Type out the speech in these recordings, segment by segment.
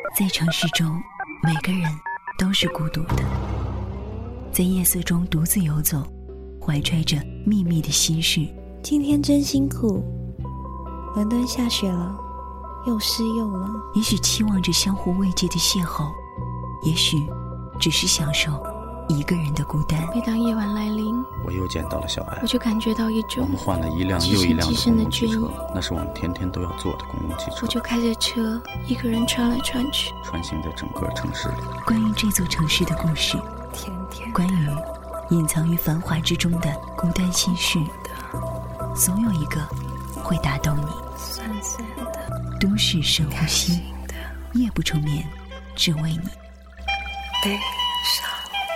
在城市中，每个人都是孤独的，在夜色中独自游走，怀揣着秘密的心事。 今天真辛苦，伦敦下雪了，又湿又冷。 也许期望着相互慰藉的邂逅，也许只是享受一个人的孤单。 每当夜晚来临， 我又见到了小艾， 我就感觉到一种我们换了一辆又一辆的公共汽车，那是我们天天都要坐的公共汽车。 我就开着车一个人穿来穿去， 穿行在整个城市里。 关于这座城市的故事， 甜甜关于隐藏于繁华之中的孤单心事，总有一个会打动你。 酸酸的都市深呼吸，夜不成眠，只为你。 悲伤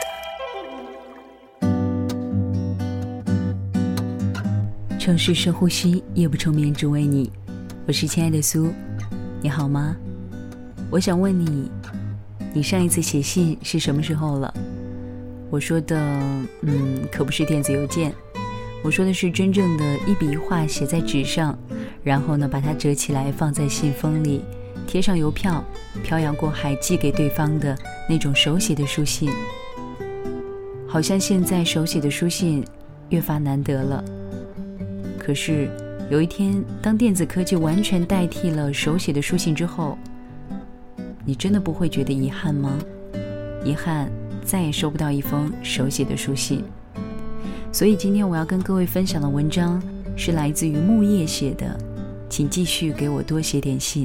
城市深呼吸，夜不成眠，只为你。我是亲爱的苏，你好吗？我想问你，你上一次写信是什么时候了？我说的可不是电子邮件，我说的是真正的一笔一画写在纸上，然后呢把它折起来放在信封里，贴上邮票，漂洋过海寄给对方的那种手写的书信。好像现在手写的书信越发难得了。可是有一天，当电子科技完全代替了手写的书信之后，你真的不会觉得遗憾吗？遗憾再也收不到一封手写的书信。所以今天我要跟各位分享的文章是来自于木叶写的，请继续给我多写点信。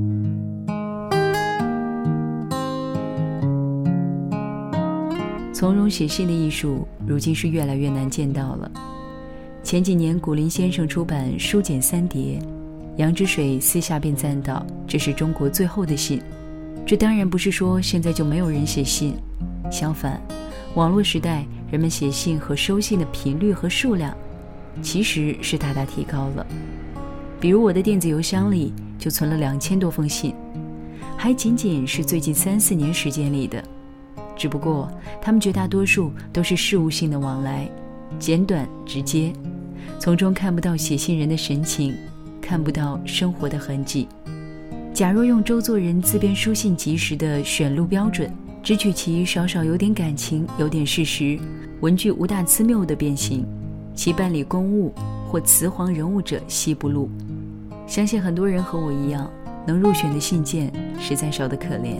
从容写信的艺术如今是越来越难见到了。前几年古林先生出版《书简三叠》，杨之水私下便赞道这是中国最后的信。这当然不是说现在就没有人写信，相反，网络时代人们写信和收信的频率和数量其实是大大提高了。比如我的电子邮箱里就存了2000多封信，还仅仅是最近3-4年时间里的，只不过他们绝大多数都是事务性的往来，简短直接，从中看不到写信人的神情，看不到生活的痕迹。假若用周作人自编书信集时的选录标准，只取其少少有点感情，有点事实，文句无大疵谬的便行，其办理公务或雌黄人物者悉不录。相信很多人和我一样，能入选的信件实在少得可怜。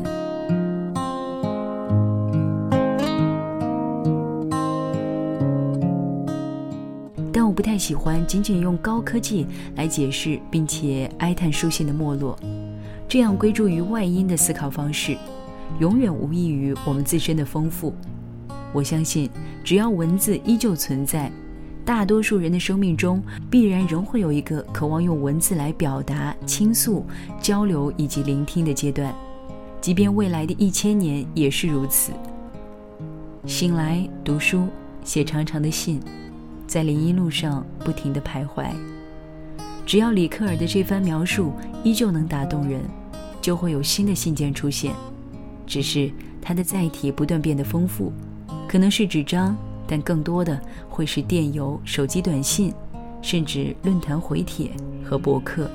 但我不太喜欢仅仅用高科技来解释并且哀叹书信的没落，这样归诸于外因的思考方式永远无异于我们自身的丰富。我相信只要文字依旧存在，大多数人的生命中必然仍会有一个渴望用文字来表达、倾诉、交流以及聆听的阶段，即便未来的1000年也是如此。醒来读书，写长长的信，在林荫路上不停地徘徊，只要里克尔的这番描述依旧能打动人，就会有新的信件出现，只是它的载体不断变得丰富，可能是纸张，但更多的会是电邮、手机短信，甚至论坛回帖和博客。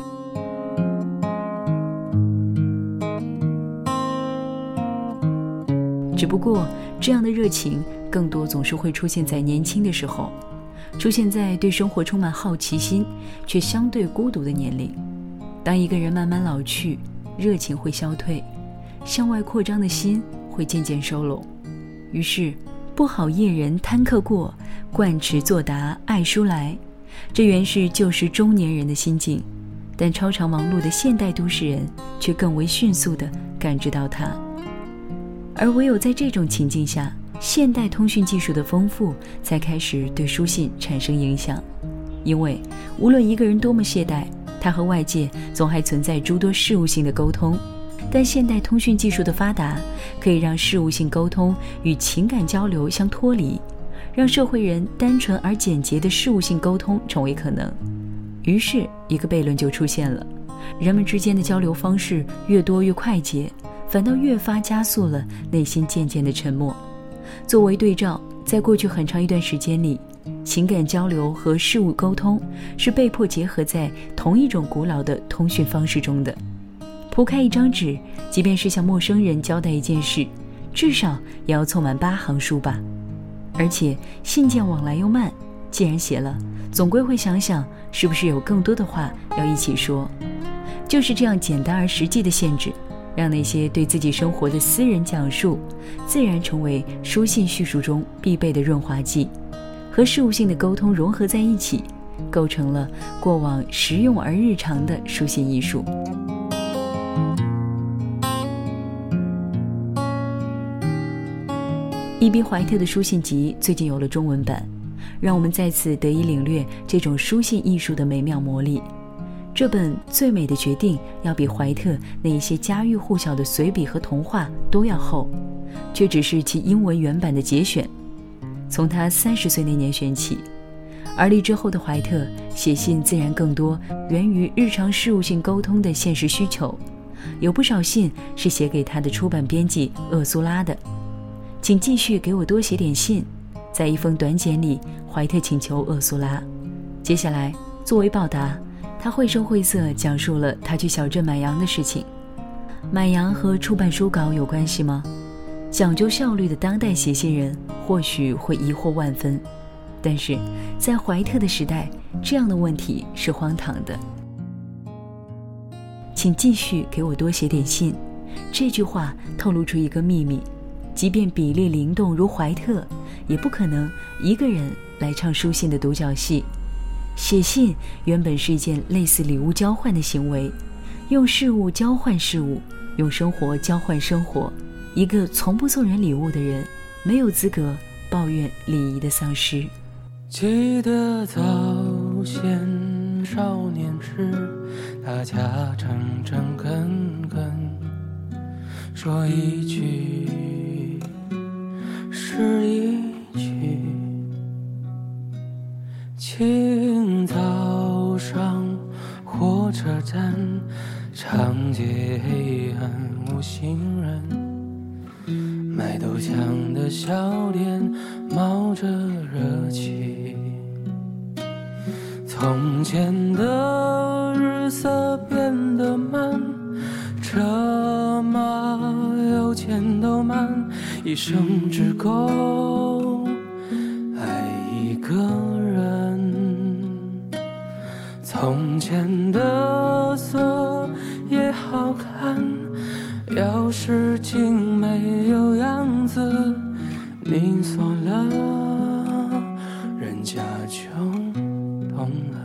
只不过这样的热情更多总是会出现在年轻的时候，出现在对生活充满好奇心却相对孤独的年龄。当一个人慢慢老去，热情会消退，向外扩张的心会渐渐收拢，于是不好夜人贪客过，惯持作答爱书来。这原是旧时中年人的心境，但超常忙碌的现代都市人却更为迅速地感知到它。而唯有在这种情境下，现代通讯技术的丰富才开始对书信产生影响。因为无论一个人多么懈怠，他和外界总还存在诸多事务性的沟通，但现代通讯技术的发达可以让事务性沟通与情感交流相脱离，让社会人单纯而简洁的事务性沟通成为可能。于是一个悖论就出现了，人们之间的交流方式越多越快捷，反倒越发加速了内心渐渐的沉默。作为对照，在过去很长一段时间里，情感交流和事务沟通是被迫结合在同一种古老的通讯方式中的。 铺开一张纸，即便是向陌生人交代一件事，至少也要凑满8行书吧。而且信件往来又慢，既然写了，总归会想想是不是有更多的话要一起说。就是这样简单而实际的限制，让那些对自己生活的私人讲述，自然成为书信叙述中必备的润滑剂，和事务性的沟通融合在一起，构成了过往实用而日常的书信艺术。伊比怀特的书信集最近有了中文版，让我们再次得以领略这种书信艺术的美妙魔力。这本《最美的决定》要比怀特那一些家喻户晓的随笔和童话都要厚，却只是其英文原版的节选，从他30岁那年选起。而立之后的怀特写信自然更多源于日常事务性沟通的现实需求，有不少信是写给他的出版编辑厄苏拉的。请继续给我多写点信。在一封短简里，怀特请求厄苏拉。接下来作为报答，他绘声绘色讲述了他去小镇买羊的事情。买羊和出版书稿有关系吗？讲究效率的当代写信人或许会疑惑万分，但是在怀特的时代，这样的问题是荒唐的。请继续给我多写点信，这句话透露出一个秘密，即便比例灵动如怀特，也不可能一个人来唱书信的独角戏。写信原本是一件类似礼物交换的行为，用事物交换事物，用生活交换生活。一个从不送人礼物的人，没有资格抱怨礼仪的丧失。 记得早先少年时，大家诚诚恳恳，说一句是一句。清早上火车站，长街黑暗无行人，卖豆浆的小店冒着热气。从前的日色变得慢，车马邮件都慢，一生只够爱一个人。从前的锁也好看，钥匙精美有样子，你锁了，人家就懂了。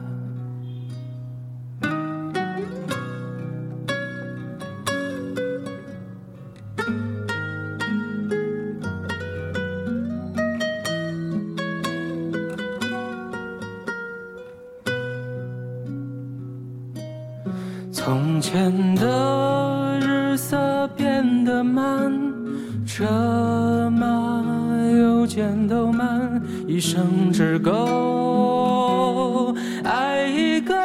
从前的日色变得慢，车马邮件都慢，一生只够爱一个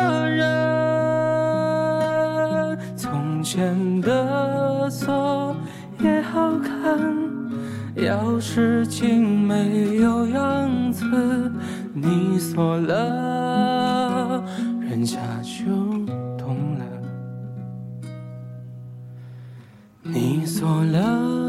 人。从前的锁也好看，钥匙精美有样子，你锁了，人家就懂了。你锁了，